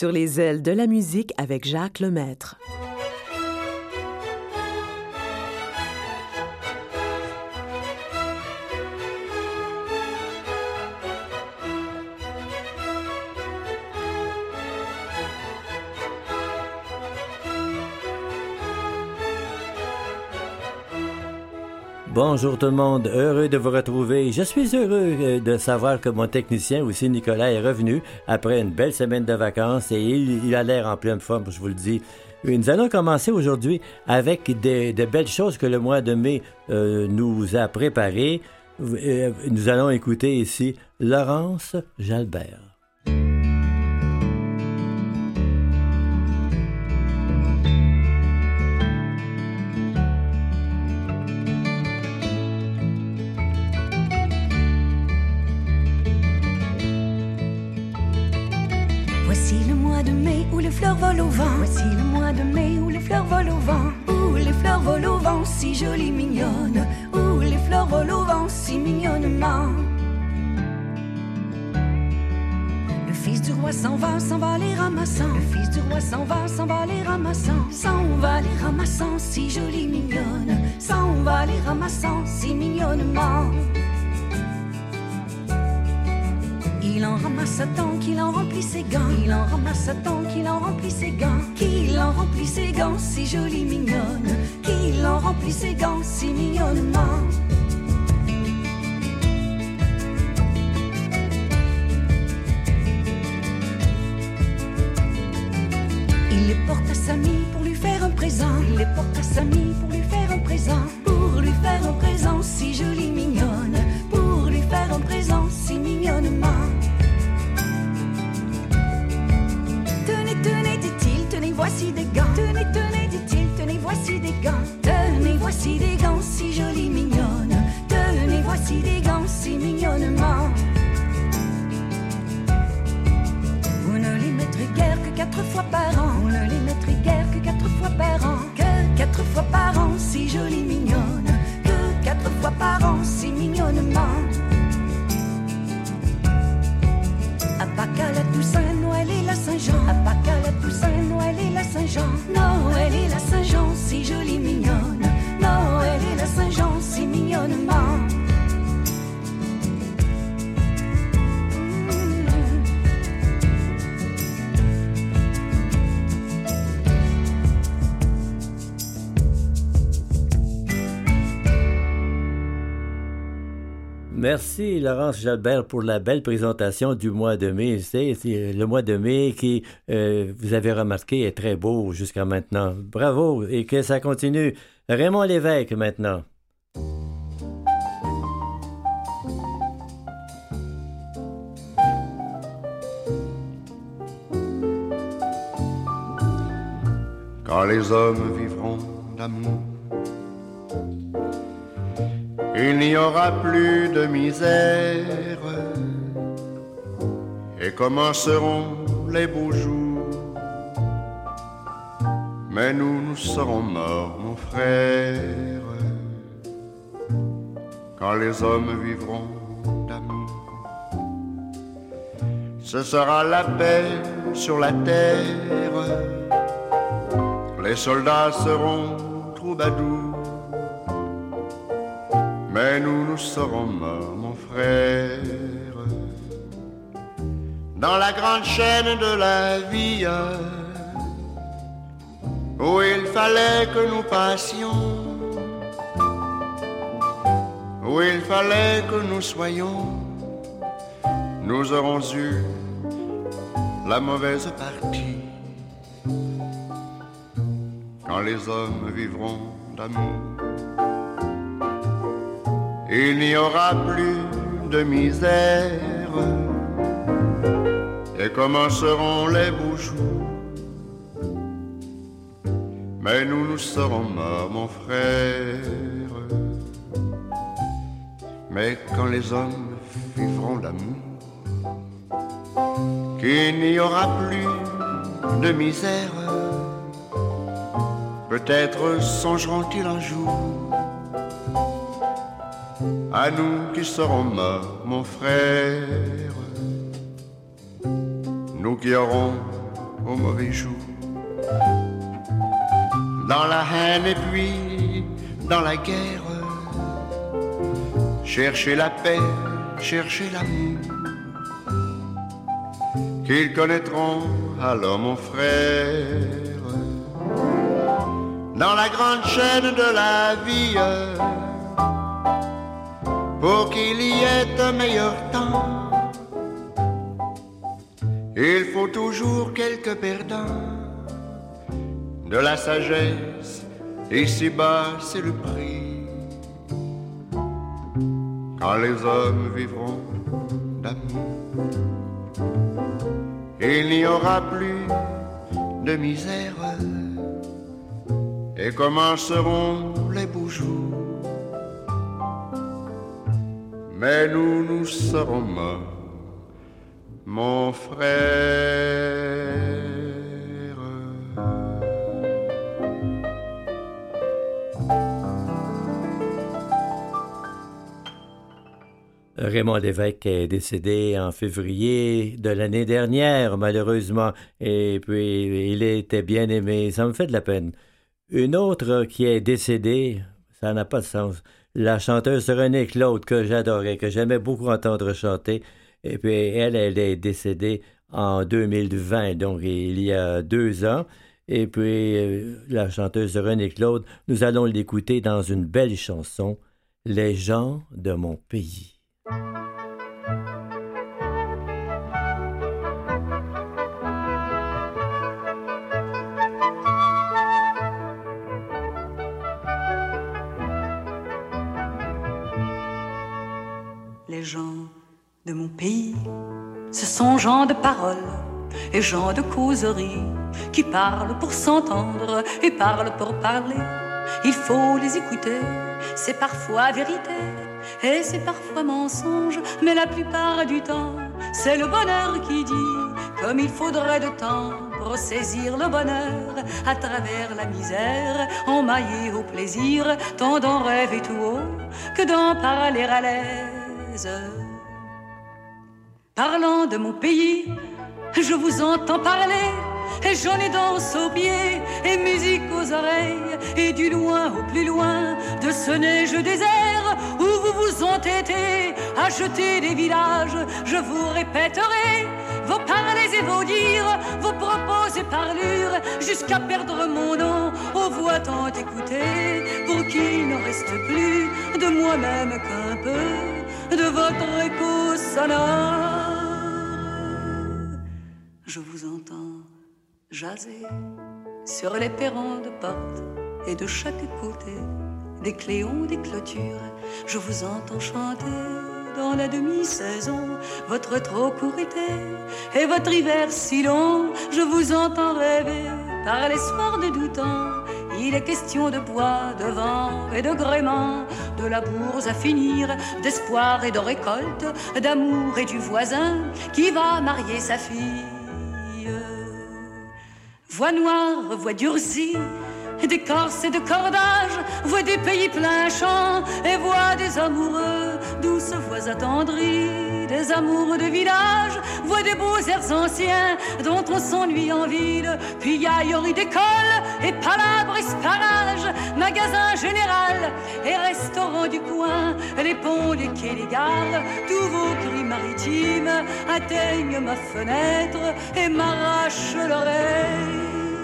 Sur les ailes de la musique avec Jacques Lemaître. Bonjour tout le monde, heureux de vous retrouver. Je suis heureux de savoir que mon technicien aussi, Nicolas, est revenu après une belle semaine de vacances et il a l'air en pleine forme, je vous le dis. Nous allons commencer aujourd'hui avec de belles choses que le mois de mai nous a préparées. Nous allons écouter ici Laurence Jalbert. Voici le mois de mai où les fleurs volent au vent. Voici le mois de mai où les fleurs volent au vent. Où les fleurs volent au vent, si jolies, mignonnes. Où les fleurs volent au vent, si mignonnement. Le fils du roi s'en va les ramassant. Le fils du roi s'en va les ramassant. S'en va les ramassant, si jolies, mignonnes. S'en va les ramassant, si mignonnement. Il en ramasse tant qu'il en remplit ses gants. Il en ramasse tant qu'il en remplit ses gants. Qu'il en remplit ses gants, si jolies, mignonnes. Qu'il en remplit ses gants, si mignonnement. Il les porte à Samy pour lui faire un présent. Il les porte à Samy pour lui faire un présent. Pour lui faire un présent, si joli, mignonne. Pour lui faire un présent, si mignonnement. Tenez, tenez, dit-il, tenez, voici des gants. Tenez, tenez, dit-il, tenez, voici des gants. Tenez, voici des gants, si jolis, mignonnes. Tenez, voici des gants, si mignonnement. Vous ne les mettrez guère que 4 fois par an. Vous ne les mettrez guère que 4 fois par an. Que 4 fois par an, si jolie, mignonne. Que 4 fois par an, si mignonnement. À Pâques, à la Toussaint, Noël et la Saint-Jean. À Pâques, à la Toussaint, Noël et la Saint-Jean. Noël et la Saint-Jean, si jolie, mignonne. Noël et la Saint-Jean, si mignonnement. Merci Laurence Jalbert pour la belle présentation du mois de mai. C'est le mois de mai qui, vous avez remarqué, est très beau jusqu'à maintenant. Bravo et que ça continue. Raymond Lévesque maintenant. Quand les hommes vivront d'amour, il n'y aura plus de misère et commenceront les beaux jours. Mais nous, nous serons morts, mon frère, quand les hommes vivront d'amour. Ce sera la paix sur la terre, les soldats seront troubadours. Mais nous, nous serons morts, mon frère, dans la grande chaîne de la vie, où il fallait que nous passions, où il fallait que nous soyons. Nous aurons eu la mauvaise partie, quand les hommes vivront d'amour. Il n'y aura plus de misère et commenceront les beaux jours. Mais nous, nous serons morts, mon frère. Mais quand les hommes vivront d'amour, qu'il n'y aura plus de misère, peut-être songeront-ils un jour à nous qui serons morts, mon frère, nous qui aurons au mauvais jour. Dans la haine et puis dans la guerre, chercher la paix, chercher l'amour, qu'ils connaîtront alors mon frère. Dans la grande chaîne de la vie, pour qu'il y ait un meilleur temps, il faut toujours quelques perdants. De la sagesse, ici-bas c'est le prix. Quand les hommes vivront d'amour, il n'y aura plus de misère et commenceront les beaux jours. Mais nous, nous serons morts, mon frère. Raymond Lévesque est décédé en février de l'année dernière, malheureusement, et puis il était bien aimé, ça me fait de la peine. Une autre qui est décédée, ça n'a pas de sens, la chanteuse Renée Claude, que j'adorais, que j'aimais beaucoup entendre chanter, et puis elle est décédée en 2020, donc il y a 2 ans, et puis la chanteuse Renée Claude, nous allons l'écouter dans une belle chanson, « Les gens de mon pays ». Les gens de mon pays, ce sont gens de parole et gens de causerie qui parlent pour s'entendre et parlent pour parler. Il faut les écouter, c'est parfois vérité et c'est parfois mensonge, mais la plupart du temps, c'est le bonheur qui dit comme il faudrait de temps pour saisir le bonheur à travers la misère, emmaillé au plaisir, tant d'en rêver tout haut que d'en parler à l'aise. Parlant de mon pays, je vous entends parler, et j'en ai danse aux pieds, et musique aux oreilles, et du loin au plus loin de ce neige désert où vous vous entêtez à jeter des villages. Je vous répéterai vos parlers et vos dires, vos propos et parlures, jusqu'à perdre mon nom aux voix tant écoutées, pour qu'il ne reste plus de moi-même qu'un peu de votre écho sonore. Je vous entends jaser sur les perrons de porte et de chaque côté des cléons, des clôtures. Je vous entends chanter dans la demi-saison votre trop court été et votre hiver si long. Je vous entends rêver par les soirs de doux temps. Il est question de bois, de vent et de gréement, de labours à finir, d'espoir et de récolte, d'amour et du voisin qui va marier sa fille. Voix noire, voix durcie, d'écorce et de cordage, voix des pays pleins champs et voix des amoureux, douces voix attendries, des amours de village, voix des beaux airs anciens dont on s'ennuie en ville, puis ailleurs d'école et palabres et sparage, magasin général et restaurant du coin, les ponts, les quais, les gares, tous vos cris maritimes atteignent ma fenêtre et m'arrachent l'oreille.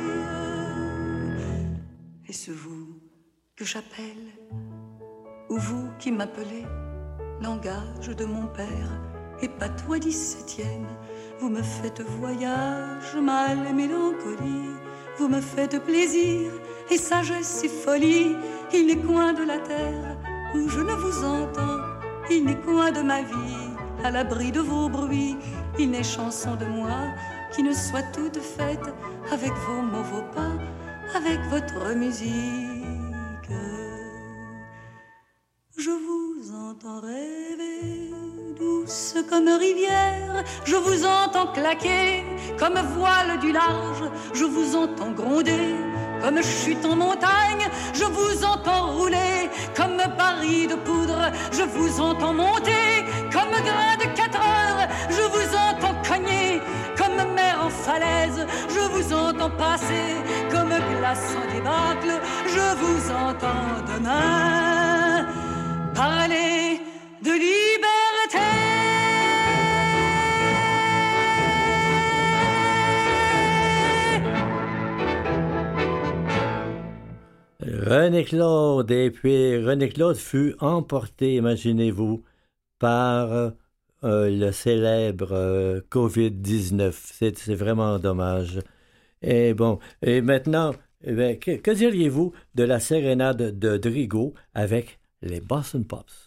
Est-ce vous que j'appelle, ou vous qui m'appelez, langage de mon père et patois 17e? Vous me faites voyage, mal et mélancolie, vous me faites plaisir et sagesse et folie. Il n'est coin de la terre où je ne vous entends, il n'est coin de ma vie à l'abri de vos bruits, il n'est chanson de moi qui ne soit toute faite avec vos mots, vos pas, avec votre musique. Je vous entends rêver, douce comme rivière, je vous entends claquer comme voile du large, je vous entends gronder comme chute en montagne, je vous entends rouler comme baril de poudre, je vous entends monter comme grain de 4 heures, je vous entends cogner comme mer en falaise, je vous entends passer comme glace en débâcle, je vous entends demain parler de liberté. René Claude, et puis René Claude fut emporté, imaginez-vous, par le célèbre COVID-19. C'est vraiment dommage. Et bon, et maintenant, que diriez-vous de la sérénade de Drigo avec les Boston Pops?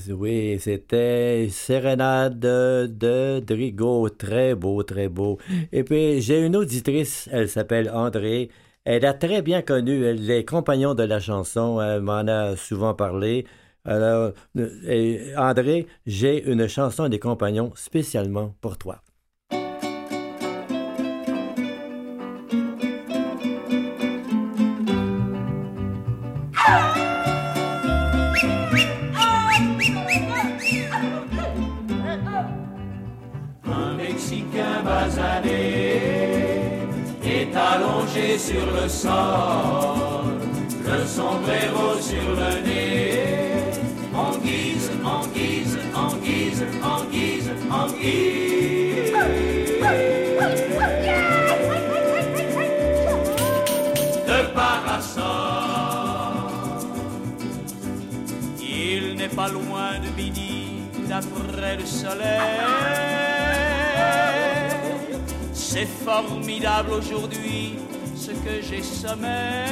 Oui, c'était Sérénade de Drigo. Très beau, très beau. Et puis, j'ai une auditrice, elle s'appelle André. Elle a très bien connu les compagnons de la chanson. Elle m'en a souvent parlé. Alors, André, j'ai une chanson des compagnons spécialement pour toi. Allongé sur le sol, le sombrero sur le nez, en guise, en guise, en guise, en guise, en guise de parasol. Il n'est pas loin de midi, d'après le soleil. C'est formidable aujourd'hui ce que j'ai sommeil.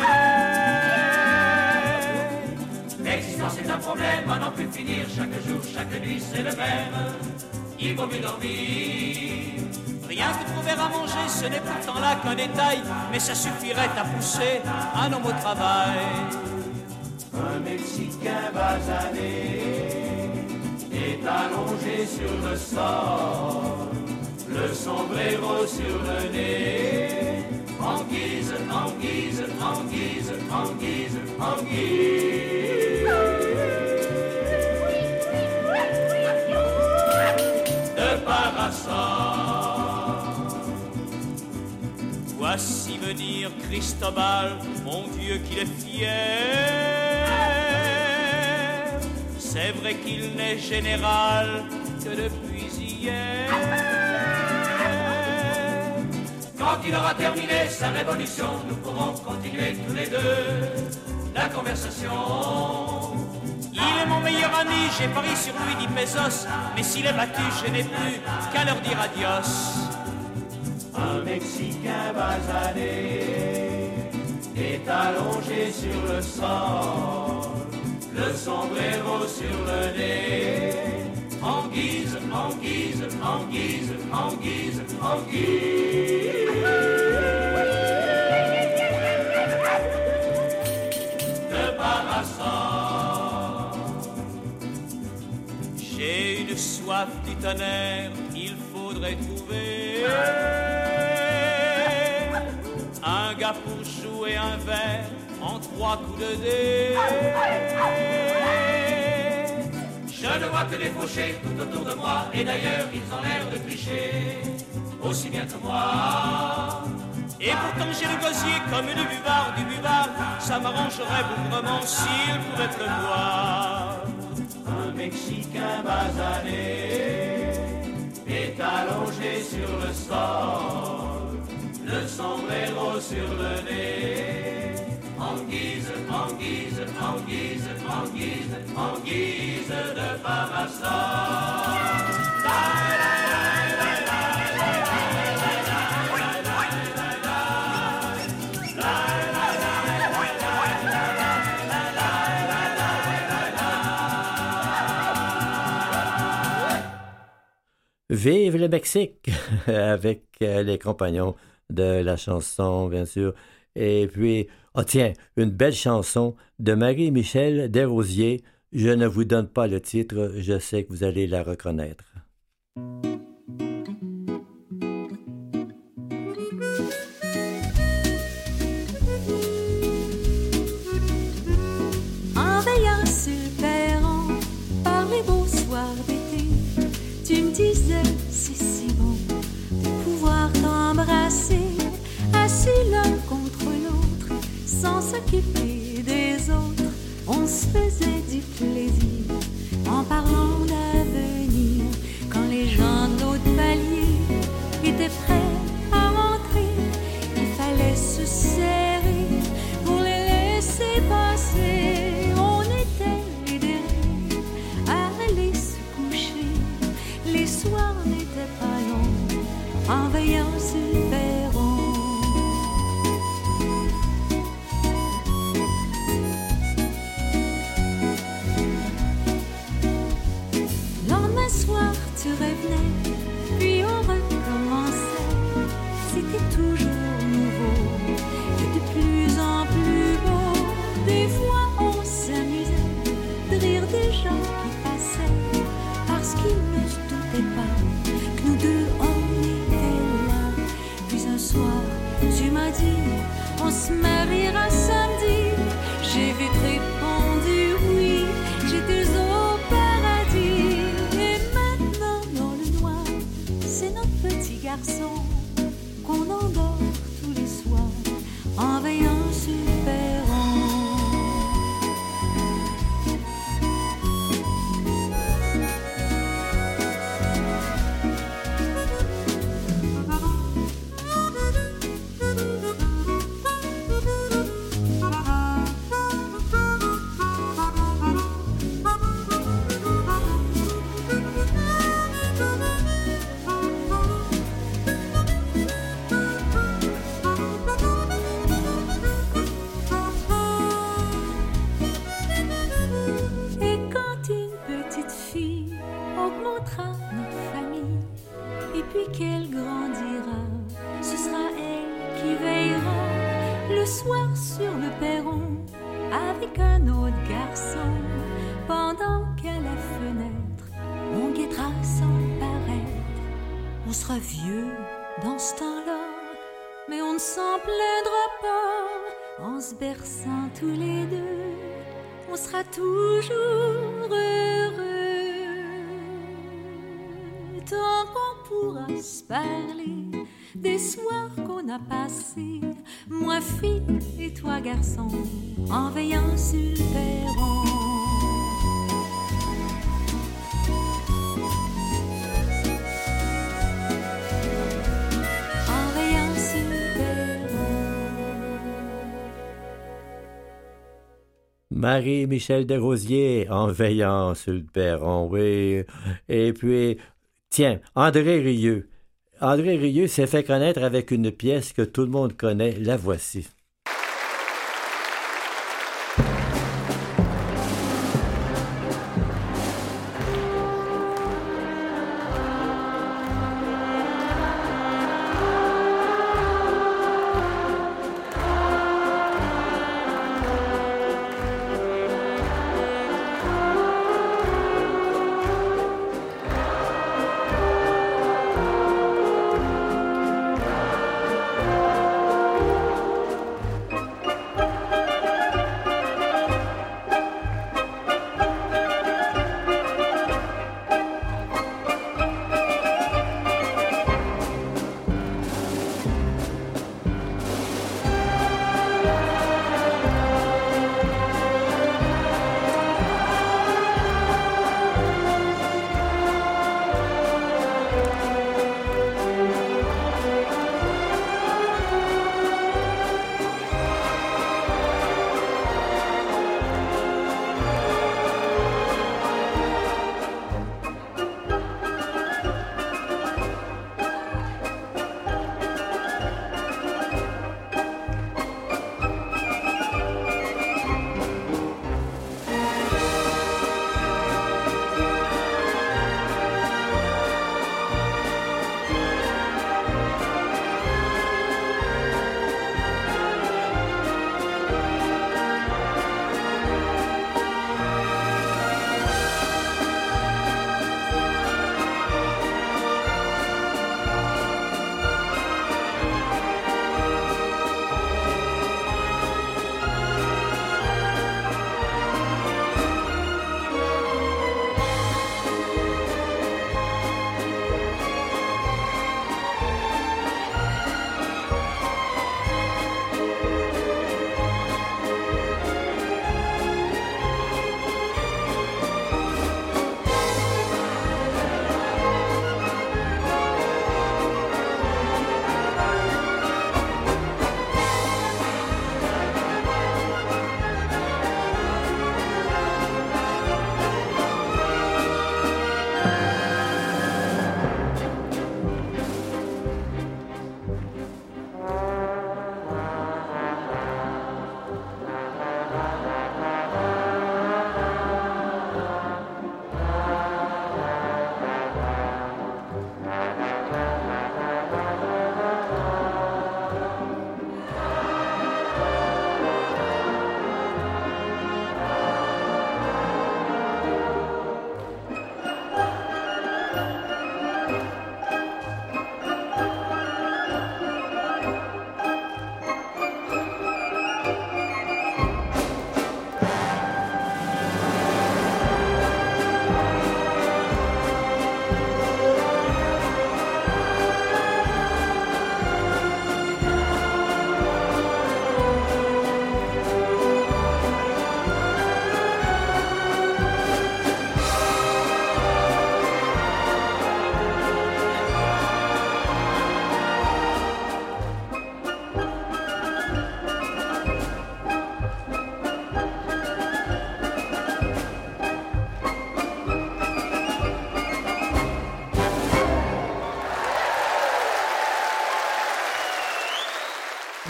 L'existence est un problème à n'en plus finir. Chaque jour, chaque nuit, c'est le même. Il vaut mieux dormir. Rien que trouver à manger, ce n'est pourtant là qu'un détail, mais ça suffirait à pousser un homme au travail. Un Mexicain basané est allongé sur le sol, le sombrero sur le nez, en guise, en guise, en guise, en guise, en guise de parasol. Voici venir Cristobal, mon Dieu qu'il est fier. C'est vrai qu'il n'est général que depuis hier. Quand il aura terminé sa révolution, nous pourrons continuer tous les deux la conversation. Il est mon meilleur ami, j'ai parié sur lui 10 pesos, mais s'il est battu, je n'ai plus qu'à leur dire adios. Un Mexicain basané est allongé sur le sol, le sombrero sur le nez, en guise, en guise, en guise, en guise, en guise de parasol. J'ai une soif du tonnerre, il faudrait trouver un gars pour jouer un verre en 3 coups de dés. Je ne vois que des fauchés tout autour de moi, et d'ailleurs ils ont l'air de tricher aussi bien que moi. Et pourtant j'ai le gosier comme du buvard, ça m'arrangerait bougrement s'il pouvait pleuvoir. Un Mexicain basané est allongé sur le sol, le sombrero sur le nez, en guise, en guise, en guise, en guise, en guise de parasol. Vive le Mexique avec les compagnons de la chanson, bien sûr. Et puis, oh tiens, une belle chanson de Marie-Michel Desrosiers. Je ne vous donne pas le titre, je sais que vous allez la reconnaître. En veillant sur le perron, par les beaux soirs d'été, tu me disais, c'est si bon de pouvoir t'embrasser, assis l'un contre l'autre, sans s'occuper des autres. On se faisait du plaisir en parlant d'avenir. Quand les gens de notre palier étaient prêts à rentrer, il fallait se serrer pour les laisser passer. On était les derniers à aller se coucher. Les soirs n'étaient pas longs en veillant sur le perron. tu revenais, puis on recommençait. C'était toujours nouveau et de plus en plus beau. Des fois on s'amusait de rire des gens qui passaient, parce qu'ils ne se doutaient pas que nous deux on était là. Puis un soir tu m'as dit, on se mariera samedi. J'ai vite répondu oui, j'étais au paradis. Et maintenant dans le noir, c'est notre petit garçon qu'on endort tous les soirs en veillant sur le perron. Qu'elle grandira, ce sera elle qui veillera le soir sur le perron avec un autre garçon. Pendant qu'à la fenêtre on guettera sans paraître. On sera vieux dans ce temps-là, mais on ne s'en plaindra pas. En se berçant tous les deux, on sera toujours heureux. Tant qu'on pourra se parler des soirs qu'on a passés, moi fille et toi garçon, en veillant sur le perron. En veillant sur le perron. Marie-Michel Desrosiers, en veillant sur le perron, oui. Et puis... Tiens, André Rieu. André Rieu s'est fait connaître avec une pièce que tout le monde connaît, la voici.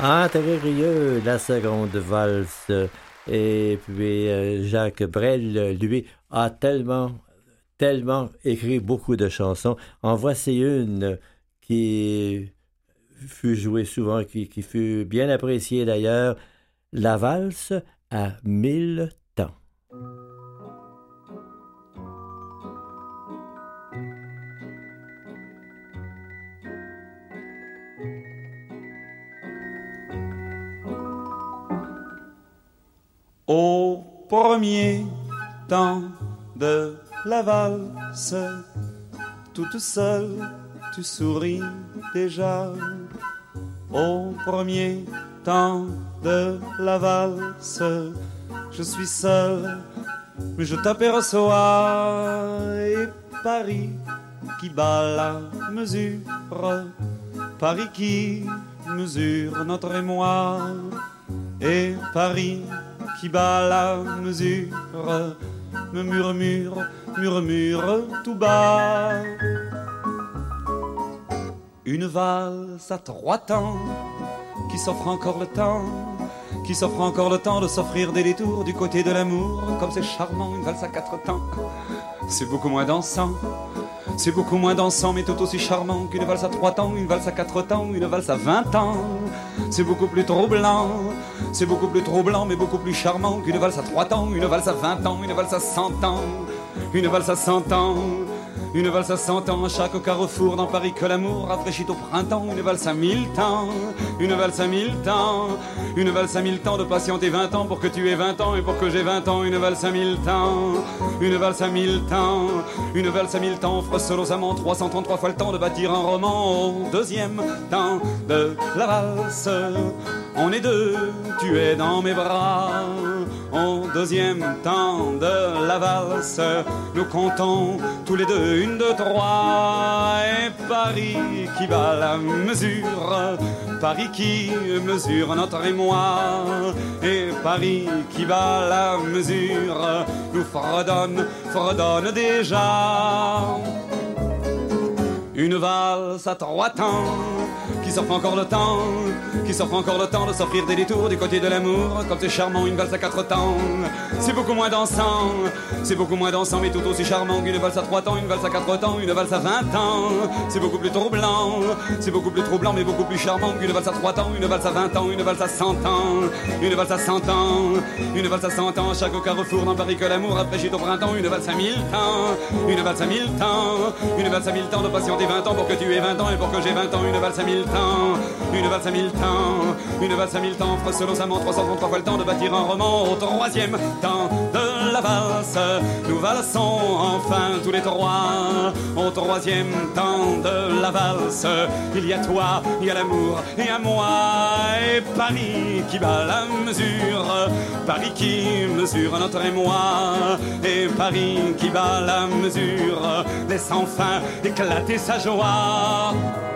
André Rieu, la seconde valse. Et puis Jacques Brel, lui, a tellement écrit beaucoup de chansons. En voici une qui fut jouée souvent, qui fut bien appréciée d'ailleurs, la valse à 1000 temps. Au premier temps de la valse, toute seule, tu souris déjà. Au premier temps de la valse, je suis seul, mais je t'aperçois. Et Paris qui bat la mesure, Paris qui mesure notre émoi. Et Paris qui bat la mesure, me murmure tout bas. Une valse à 3 temps, qui s'offre encore le temps, qui s'offre encore le temps de s'offrir des détours du côté de l'amour. Comme c'est charmant, une valse à 4 temps, c'est beaucoup moins dansant. C'est beaucoup moins dansant, mais tout aussi charmant qu'une valse à 3 temps, une valse à 4 temps, une valse à 20 ans. C'est beaucoup plus troublant, c'est beaucoup plus troublant, mais beaucoup plus charmant qu'une valse à 3 temps, une valse à 20 ans, une valse à 100 ans, une valse à 100 ans. Une valse à 100 ans, à chaque carrefour dans Paris que l'amour rafraîchit au printemps. Une valse à 1000 temps, une valse à 1000 temps, une valse à 1000 temps de patienter 20 ans pour que tu aies 20 ans et pour que j'ai 20 ans. Une valse à 1000 temps, une valse à 1000 temps, une valse à 1000 temps offre seul aux amants 333 fois le temps de bâtir un roman. Au deuxième temps de la valse, on est deux, tu es dans mes bras. Au deuxième temps de la valse, nous comptons tous les deux 1, 2, 3. Et Paris qui bat la mesure, Paris qui mesure notre émoi. Et Paris qui bat la mesure, nous fredonne déjà. Une valse à 3 temps, qui s'offre encore le temps, qui s'offre encore le temps de s'offrir des détours du côté de l'amour. Comme c'est charmant, une valse à 4 temps, c'est beaucoup moins dansant, c'est beaucoup moins dansant, mais tout aussi charmant qu'une valse à 3 temps, une valse à 4 temps, une valse à 20 ans. C'est beaucoup plus troublant, c'est beaucoup plus troublant, mais beaucoup plus charmant qu'une valse à 3 temps, une valse à 20 ans, une valse à 100 ans, une valse à 100 ans, une valse à 100 ans. Chaque carrefour dans Paris que l'amour rafraîchit au printemps. Une valse à 1000 temps, une valse à 1000 temps, une valse à 1000 temps de patienter 20 ans pour que tu aies 20 ans et pour que j'ai 20 ans. Une valse à 1000 temps, une valse à 1000 temps, une valse à 1000 temps offre seul aux amants 333 fois le temps de bâtir un roman. Au troisième temps de la valse, nous valsons enfin tous les trois. Au troisième temps de la valse, il y a toi, il y a l'amour et à moi. Et Paris qui bat la mesure, Paris qui mesure notre émoi. Et Paris qui bat la mesure, laisse enfin éclater sa joie.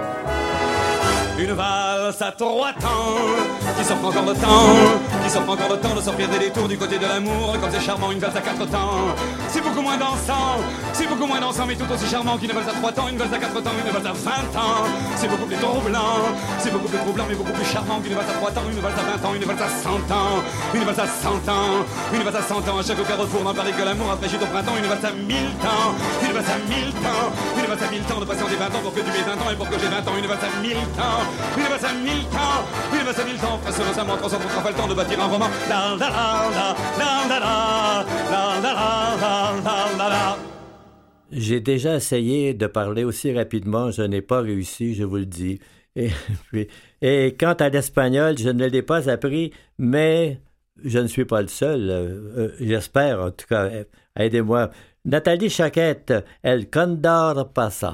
Une valse à 3 temps, qui s'offre encore le temps, qui s'offre encore le temps de s'offrir des détours du côté de l'amour. Comme c'est charmant, une valse à 4 temps, c'est beaucoup moins dansant, c'est beaucoup moins dansant, mais tout aussi charmant qu'une valse à 3 temps, une valse à 4 temps, une valse à 20 ans. C'est beaucoup plus troublant, c'est beaucoup plus troublant, mais beaucoup plus charmant qu'une valse à 3 temps, une valse à 20 ans, une valse à 100 ans, une valse à 100 ans, une valse à 100 ans. À chaque carrefour dans Paris que l'amour rafraîchit au printemps. Une valse à 1000 temps, une valse à 1000 temps, une valse à 1000 temps de patienter 20 ans pour que tu aies 20 ans et pour que j'ai 20 ans. Une valse à 1000 temps, une valse à 1000 temps, une valse à 1000 temps. Face aux amants 333 fois le temps de bâtir un roman. La la la la la la la la la. J'ai déjà essayé de parler aussi rapidement, je n'ai pas réussi, je vous le dis. Et quant à l'espagnol, je ne l'ai pas appris, mais je ne suis pas le seul, j'espère en tout cas. Aidez-moi. Nathalie Chaquette, El Condor Pasa.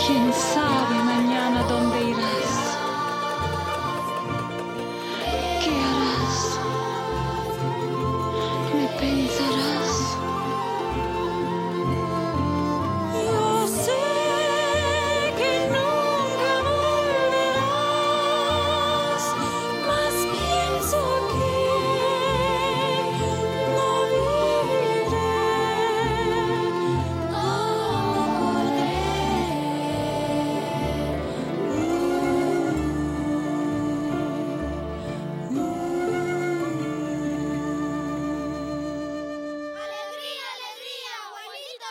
quién sabe mañana dónde irás. ¿Qué harás? ¿Me pensarás? Yo sé que nunca volverás, mas pienso que no viviré, no podré. ¡Alegría, alegría, abuelito!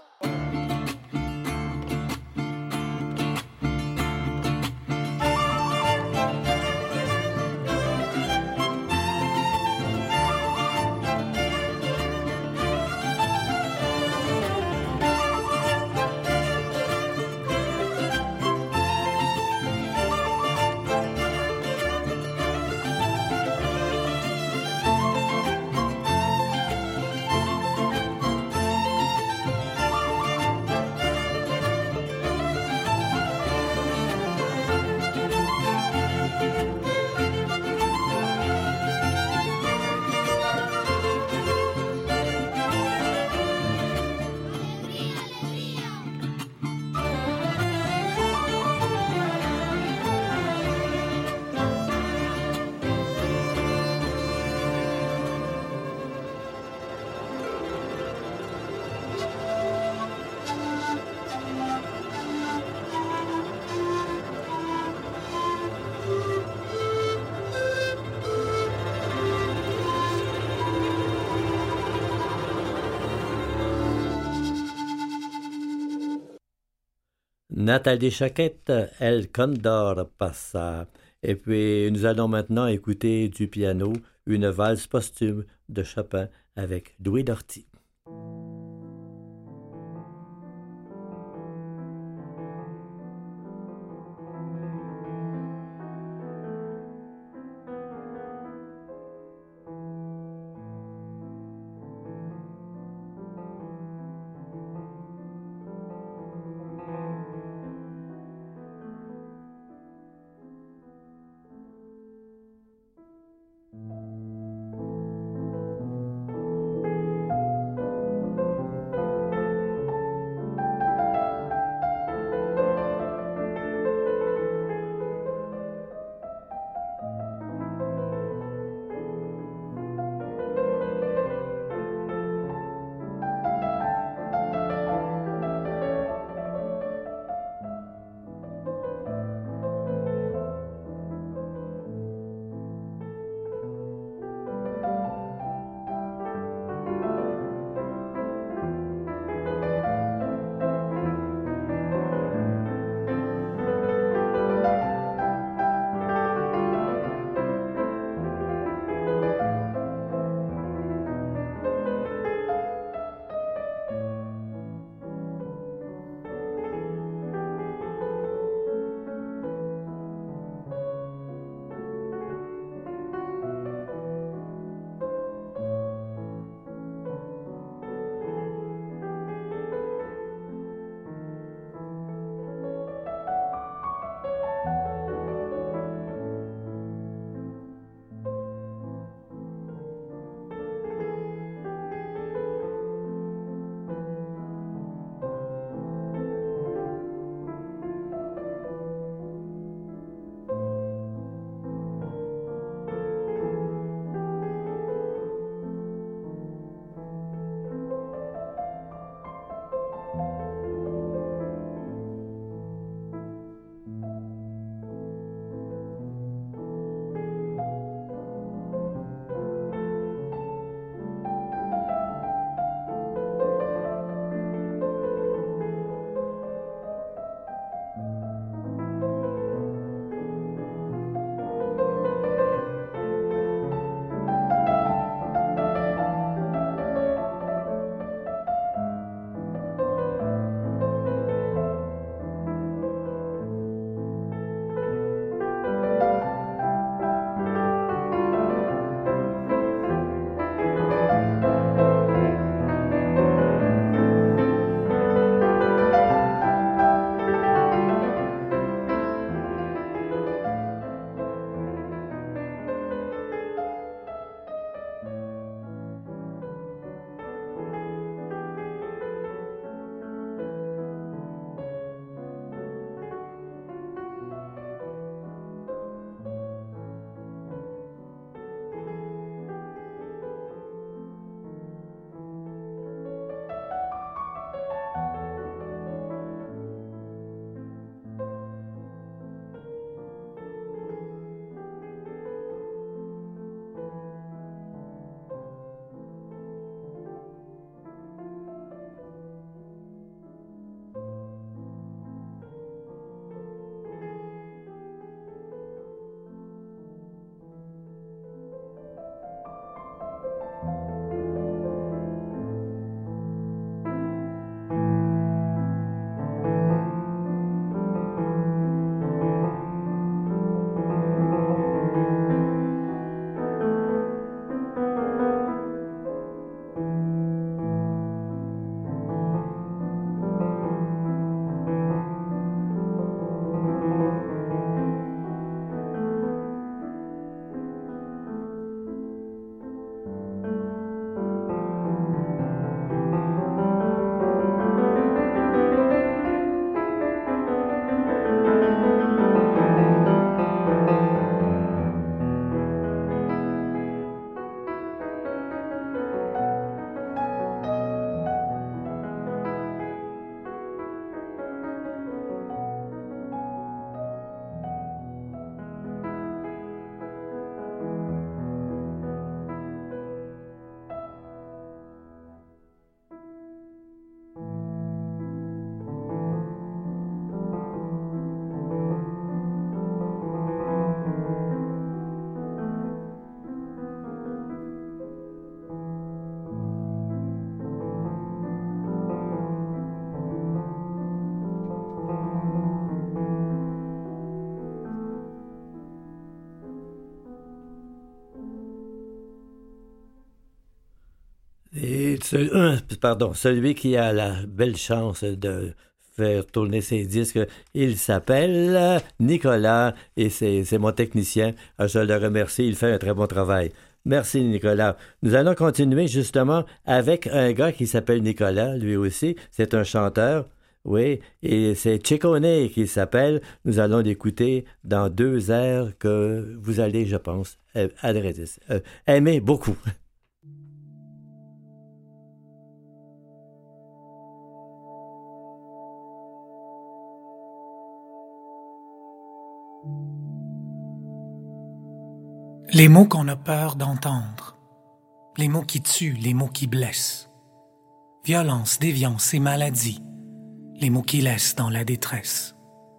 ¡Alegría, alegría! Nathalie Choquette, El Condor passa. Et puis, nous allons maintenant écouter du piano une valse posthume de Chopin avec Louis Dorty. Celui qui a la belle chance de faire tourner ses disques, il s'appelle Nicolas et c'est mon technicien. Je le remercie, il fait un très bon travail. Merci Nicolas. Nous allons continuer justement avec un gars qui s'appelle Nicolas, lui aussi. C'est un chanteur, oui, et c'est Ciccone qui s'appelle. Nous allons l'écouter dans 2 airs que vous allez, je pense, aimer beaucoup. Les mots qu'on a peur d'entendre, les mots qui tuent, les mots qui blessent, violence, déviance et maladie, les mots qui laissent dans la détresse.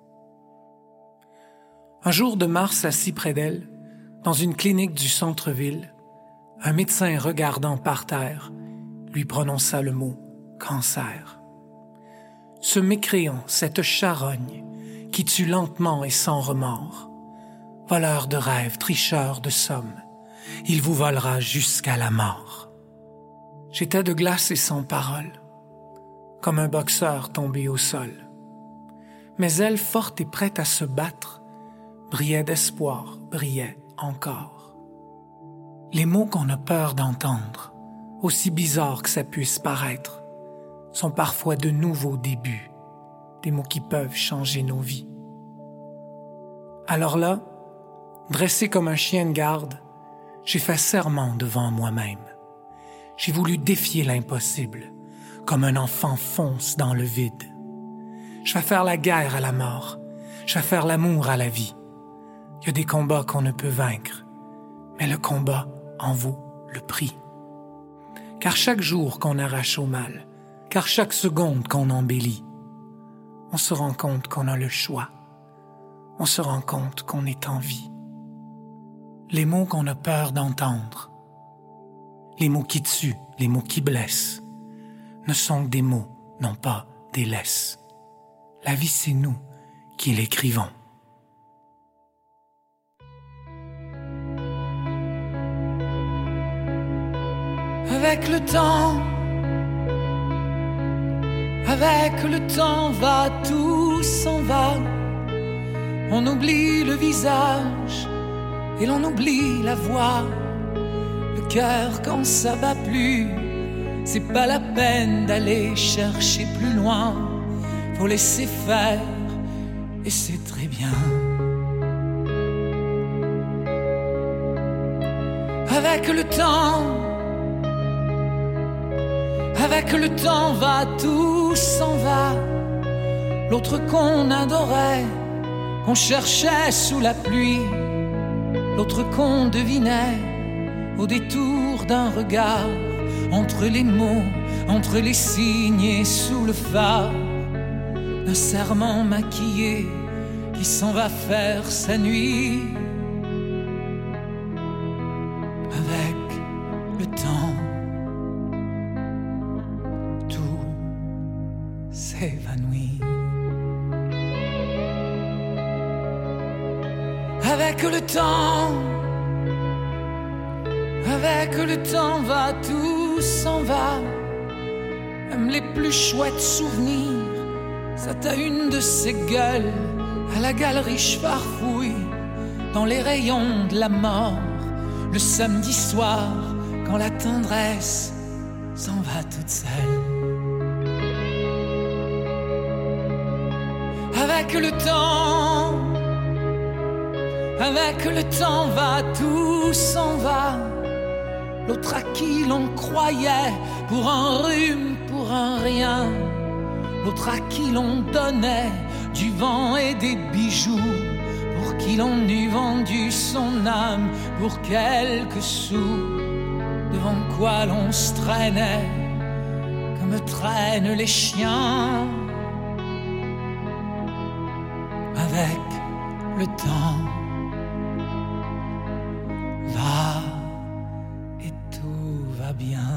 Un jour de mars, assis près d'elle, dans une clinique du centre-ville, un médecin regardant par terre lui prononça le mot « cancer ». Ce mécréant, cette charogne qui tue lentement et sans remords, voleur de rêves, tricheur de sommes, il vous volera jusqu'à la mort. J'étais de glace et sans parole, comme un boxeur tombé au sol. Mais elle, forte et prête à se battre, brillait d'espoir, brillait encore. Les mots qu'on a peur d'entendre, aussi bizarres que ça puisse paraître, sont parfois de nouveaux débuts, des mots qui peuvent changer nos vies. Alors là, dressé comme un chien de garde, j'ai fait serment devant moi-même. J'ai voulu défier l'impossible, comme un enfant fonce dans le vide. Je vais faire la guerre à la mort, je vais faire l'amour à la vie. Il y a des combats qu'on ne peut vaincre, mais le combat en vaut le prix. Car chaque jour qu'on arrache au mal, car chaque seconde qu'on embellit, on se rend compte qu'on a le choix, on se rend compte qu'on est en vie. Les mots qu'on a peur d'entendre, les mots qui tuent, les mots qui blessent, ne sont que des mots, non pas des laisses. La vie, c'est nous qui l'écrivons. Avec le temps va, tout s'en va. On oublie le visage et l'on oublie la voix. Le cœur quand ça bat plus, c'est pas la peine d'aller chercher plus loin. Faut laisser faire et c'est très bien. Avec le temps va, tout s'en va. L'autre qu'on adorait, qu'on cherchait sous la pluie, l'autre qu'on devinait au détour d'un regard, entre les mots, entre les signes et sous le phare d'un serment maquillé qui s'en va faire sa nuit. Avec le temps, tout s'évanouit. Avec le temps va, tout s'en va. Même les plus chouettes souvenirs, ça t'a une de ces gueules à la galerie Chefarfouille, dans les rayons de la mort, le samedi soir, quand la tendresse s'en va toute seule. Avec le temps va, tout s'en va. L'autre à qui l'on croyait pour un rhume, pour un rien. L'autre à qui l'on donnait du vent et des bijoux, pour qui l'on eût vendu son âme pour quelques sous, devant quoi l'on se traînait comme traînent les chiens. Avec le temps va et tout va bien.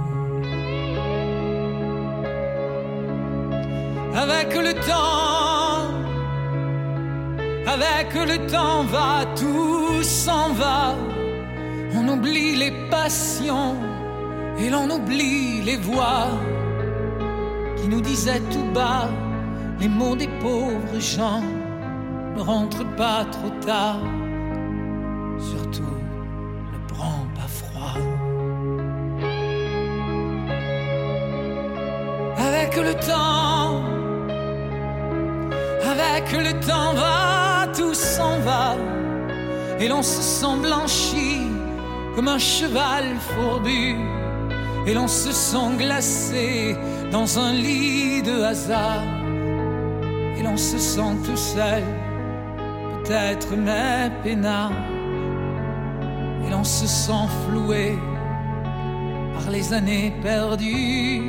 Avec le temps va, tout s'en va. On oublie les passions Et l'on oublie les voix qui nous disaient tout bas les mots des pauvres gens. Ne rentre pas trop tard, surtout ne prends pas froid. Avec le temps va, tout s'en va, et l'on se sent blanchi comme un cheval fourbu, et l'on se sent glacé dans un lit de hasard, et l'on se sent tout seul, peut-être mais peinard, et l'on se sent floué par les années perdues.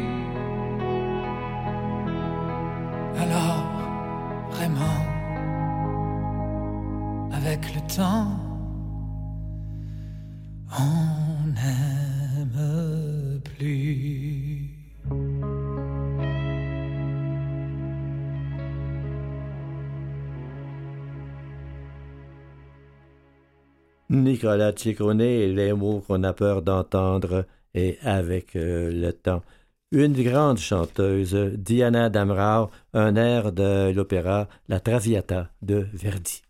Alors, vraiment, avec le temps, on n'aime plus. Nicolas Ciccone et les mots qu'on a peur d'entendre et avec le temps. Une grande chanteuse, Diana Damrau, un air de l'opéra La Traviata de Verdi.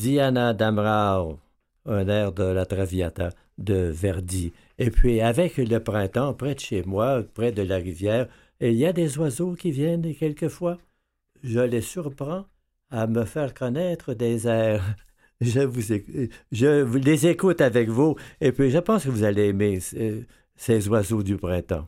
Diana Damrau, un air de la Traviata de Verdi. Et puis, avec le printemps, près de chez moi, près de la rivière, il y a des oiseaux qui viennent quelquefois. Je les surprends à me faire connaître des airs. Je les écoute avec vous, et puis je pense que vous allez aimer ces oiseaux du printemps.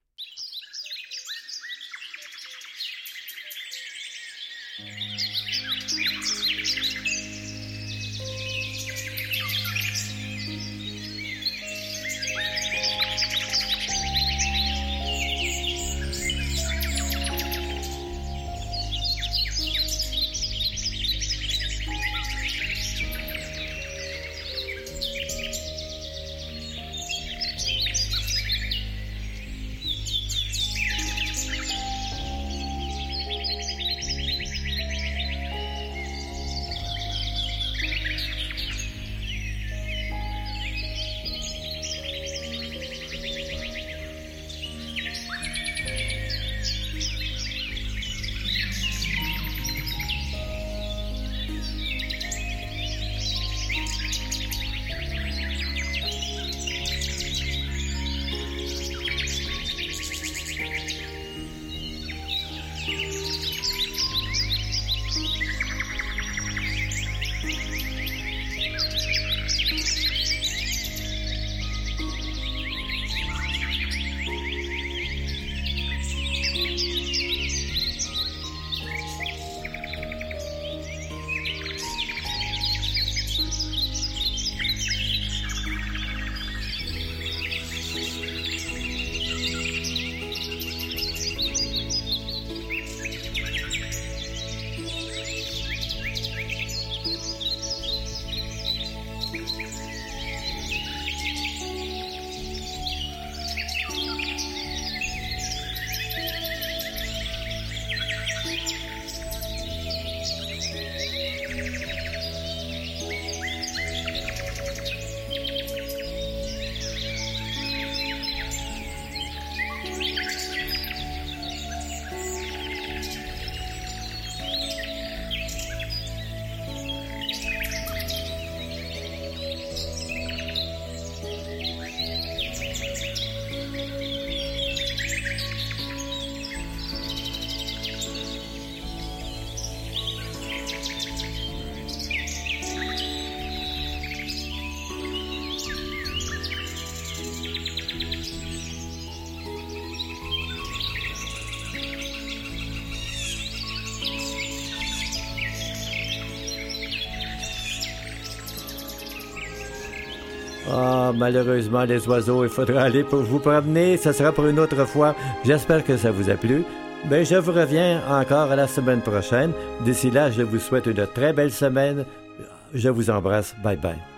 Ah, malheureusement, les oiseaux, il faudra aller pour vous promener. Ce sera pour une autre fois. J'espère que ça vous a plu. Ben, je vous reviens encore à la semaine prochaine. D'ici là, je vous souhaite une très belle semaine. Je vous embrasse. Bye bye.